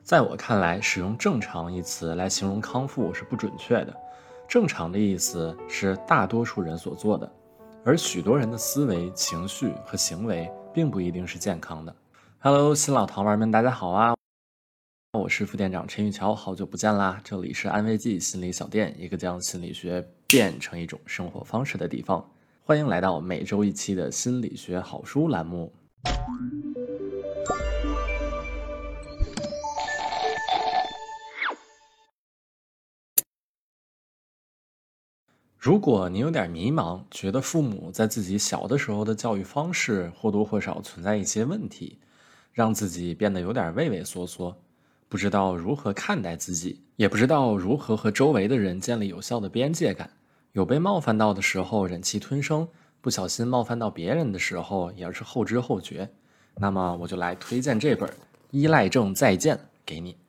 在我看来，使用正常一词来形容康复是不准确的。正常的意思是大多数人所做的，而许多人的思维、情绪和行为并不一定是健康的。Hello， 新老糖丸们，大家好啊！我是副店长陈玉桥，好久不见啦！这里是安慰剂心理小店，一个将心理学变成一种生活方式的地方。欢迎来到每周一期的心理学好书栏目。如果你有点迷茫，觉得父母在自己小的时候的教育方式或多或少存在一些问题，让自己变得有点畏畏缩缩，不知道如何看待自己，也不知道如何和周围的人建立有效的边界感，有被冒犯到的时候忍气吞声，不小心冒犯到别人的时候也是后知后觉，那么我就来推荐这本《依赖症再见》给你。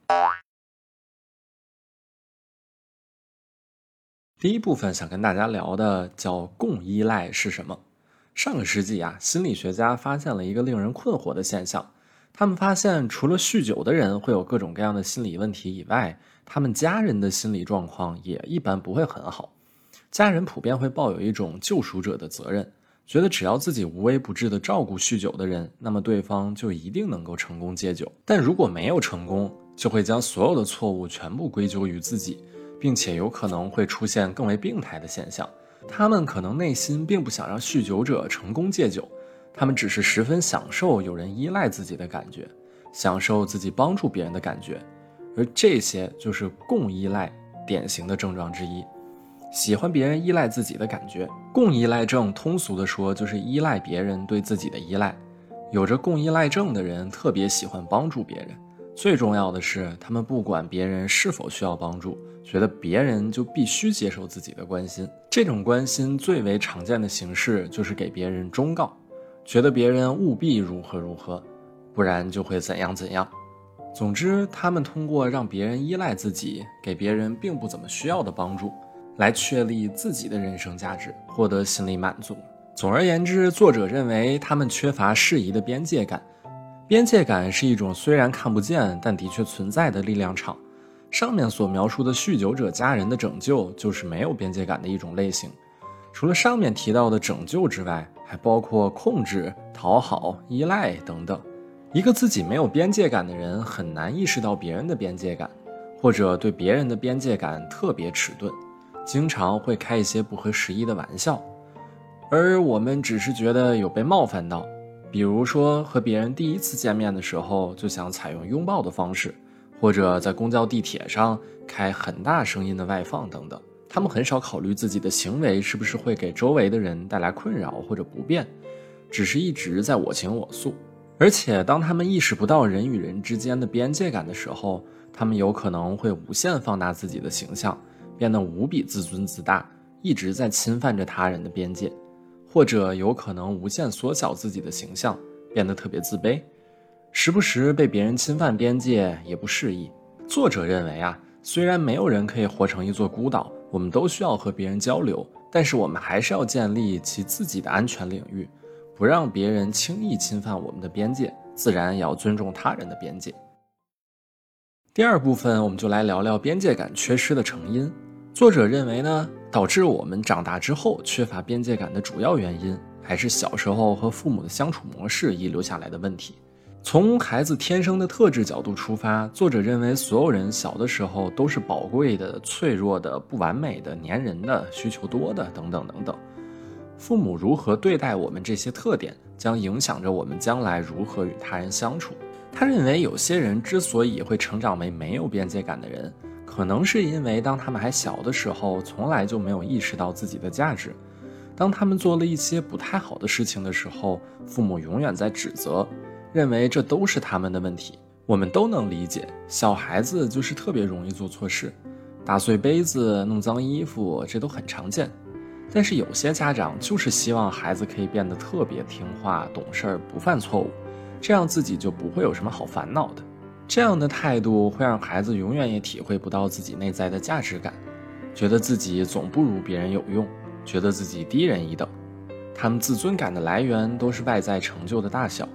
第一部分想跟大家聊的叫共依赖是什么。上个世纪心理学家发现了一个令人困惑的现象，他们发现除了酗酒的人会有各种各样的心理问题以外，他们家人的心理状况也一般不会很好。家人普遍会抱有一种救赎者的责任，觉得只要自己无微不至地照顾酗酒的人，那么对方就一定能够成功戒酒。但如果没有成功，就会将所有的错误全部归咎于自己，并且有可能会出现更为病态的现象。他们可能内心并不想让酗酒者成功戒酒，他们只是十分享受有人依赖自己的感觉，享受自己帮助别人的感觉，而这些就是共依赖典型的症状之一，喜欢别人依赖自己的感觉。共依赖症通俗的说就是依赖别人对自己的依赖。有着共依赖症的人特别喜欢帮助别人，最重要的是他们不管别人是否需要帮助，觉得别人就必须接受自己的关心。这种关心最为常见的形式就是给别人忠告，觉得别人务必如何如何，不然就会怎样怎样。总之，他们通过让别人依赖自己，给别人并不怎么需要的帮助，来确立自己的人生价值，获得心理满足。总而言之，作者认为他们缺乏适宜的边界感。边界感是一种虽然看不见，但的确存在的力量场。上面所描述的酗酒者家人的拯救，就是没有边界感的一种类型。除了上面提到的拯救之外，还包括控制、讨好、依赖等等。一个自己没有边界感的人，很难意识到别人的边界感，或者对别人的边界感特别迟钝，经常会开一些不合时宜的玩笑。而我们只是觉得有被冒犯到，比如说和别人第一次见面的时候就想采用拥抱的方式，或者在公交地铁上开很大声音的外放等等。他们很少考虑自己的行为是不是会给周围的人带来困扰或者不便，只是一直在我行我素。而且当他们意识不到人与人之间的边界感的时候，他们有可能会无限放大自己的形象，变得无比自尊自大，一直在侵犯着他人的边界，或者有可能无限缩小自己的形象，变得特别自卑，时不时被别人侵犯边界也不适宜。作者认为虽然没有人可以活成一座孤岛，我们都需要和别人交流，但是我们还是要建立其自己的安全领域，不让别人轻易侵犯我们的边界，自然也要尊重他人的边界。第二部分我们就来聊聊边界感缺失的成因。作者认为导致我们长大之后缺乏边界感的主要原因，还是小时候和父母的相处模式遗留下来的问题。从孩子天生的特质角度出发，作者认为所有人小的时候都是宝贵的、脆弱的、不完美的、粘人的、需求多的等等等等。父母如何对待我们这些特点，将影响着我们将来如何与他人相处。他认为有些人之所以会成长为没有边界感的人，可能是因为当他们还小的时候，从来就没有意识到自己的价值。当他们做了一些不太好的事情的时候，父母永远在指责，认为这都是他们的问题。我们都能理解，小孩子就是特别容易做错事，打碎杯子、弄脏衣服，这都很常见。但是有些家长就是希望孩子可以变得特别听话、懂事、不犯错误，这样自己就不会有什么好烦恼的。这样的态度会让孩子永远也体会不到自己内在的价值感，觉得自己总不如别人有用，觉得自己低人一等。他们自尊感的来源都是外在成就的大小，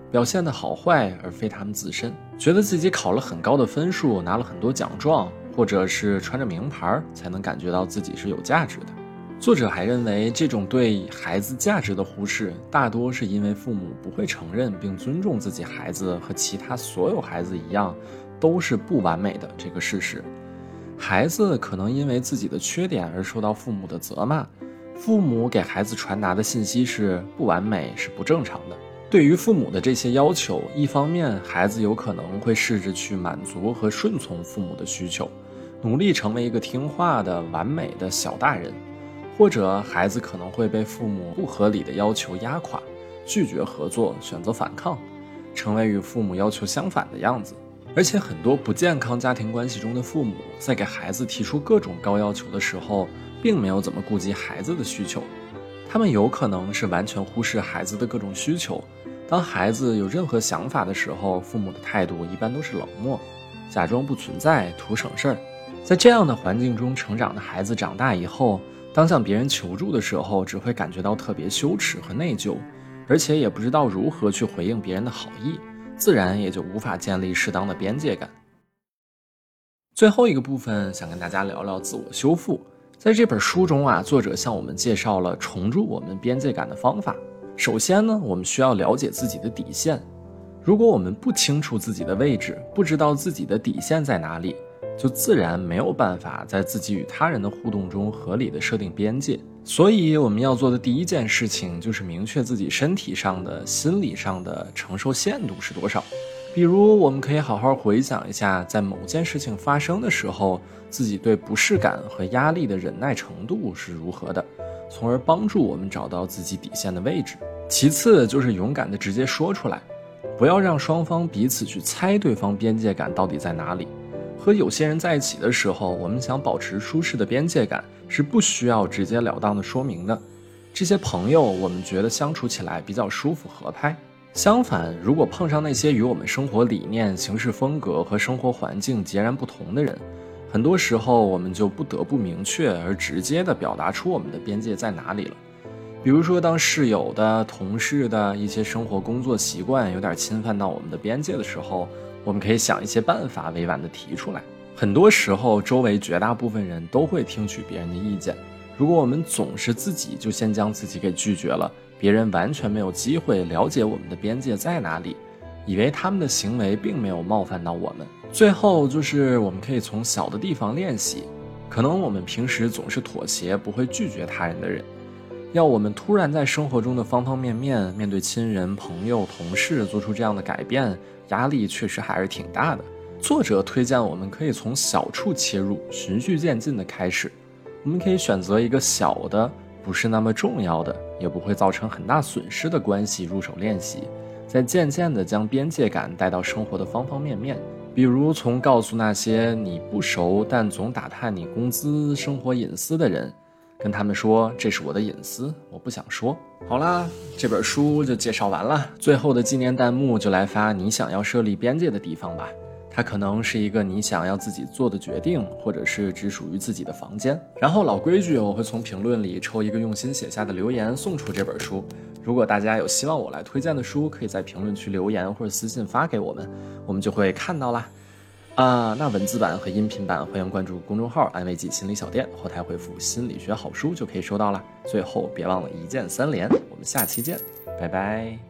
表现的好坏而非他们自身，觉得自己考了很高的分数，拿了很多奖状，或者是穿着名牌才能感觉到自己是有价值的。作者还认为，这种对孩子价值的忽视，大多是因为父母不会承认并尊重自己孩子和其他所有孩子一样，都是不完美的这个事实。孩子可能因为自己的缺点而受到父母的责骂，父母给孩子传达的信息是不完美是不正常的。对于父母的这些要求，一方面孩子有可能会试着去满足和顺从父母的需求，努力成为一个听话的完美的小大人，或者孩子可能会被父母不合理的要求压垮，拒绝合作，选择反抗，成为与父母要求相反的样子。而且很多不健康家庭关系中的父母，在给孩子提出各种高要求的时候，并没有怎么顾及孩子的需求，他们有可能是完全忽视孩子的各种需求。当孩子有任何想法的时候，父母的态度一般都是冷漠，假装不存在，图省事儿。在这样的环境中成长的孩子，长大以后，当向别人求助的时候，只会感觉到特别羞耻和内疚，而且也不知道如何去回应别人的好意，自然也就无法建立适当的边界感。最后一个部分，想跟大家聊聊自我修复。在这本书中啊，作者向我们介绍了重铸我们边界感的方法。首先呢，我们需要了解自己的底线。如果我们不清楚自己的位置，不知道自己的底线在哪里，就自然没有办法在自己与他人的互动中合理的设定边界。所以我们要做的第一件事情，就是明确自己身体上的、心理上的承受限度是多少。比如我们可以好好回想一下，在某件事情发生的时候，自己对不适感和压力的忍耐程度是如何的，从而帮助我们找到自己底线的位置。其次就是勇敢地直接说出来，不要让双方彼此去猜对方边界感到底在哪里。和有些人在一起的时候，我们想保持舒适的边界感，是不需要直截了当的说明的。这些朋友我们觉得相处起来比较舒服合拍。相反，如果碰上那些与我们生活理念、行事风格和生活环境截然不同的人，很多时候我们就不得不明确而直接地表达出我们的边界在哪里了。比如说，当室友的、同事的一些生活工作习惯有点侵犯到我们的边界的时候，我们可以想一些办法委婉地提出来。很多时候，周围绝大部分人都会听取别人的意见。如果我们总是自己就先将自己给拒绝了，别人完全没有机会了解我们的边界在哪里，以为他们的行为并没有冒犯到我们。最后就是我们可以从小的地方练习，可能我们平时总是妥协，不会拒绝他人的人，要我们突然在生活中的方方面面，面对亲人、朋友、同事做出这样的改变，压力确实还是挺大的。作者推荐我们可以从小处切入，循序渐进的开始。我们可以选择一个小的，不是那么重要的，也不会造成很大损失的关系入手练习，再渐渐地将边界感带到生活的方方面面。比如从告诉那些你不熟但总打探你工资、生活隐私的人，跟他们说，这是我的隐私，我不想说。好啦，这本书就介绍完了，最后的纪念弹幕就来发你想要设立边界的地方吧。它可能是一个你想要自己做的决定，或者是只属于自己的房间。然后老规矩，我会从评论里抽一个用心写下的留言送出这本书。如果大家有希望我来推荐的书，可以在评论区留言或者私信发给我们，我们就会看到啦。那文字版和音频版欢迎关注公众号安慰剂心理小店，后台回复心理学好书就可以收到了。最后别忘了一键3连，我们下期见，拜拜。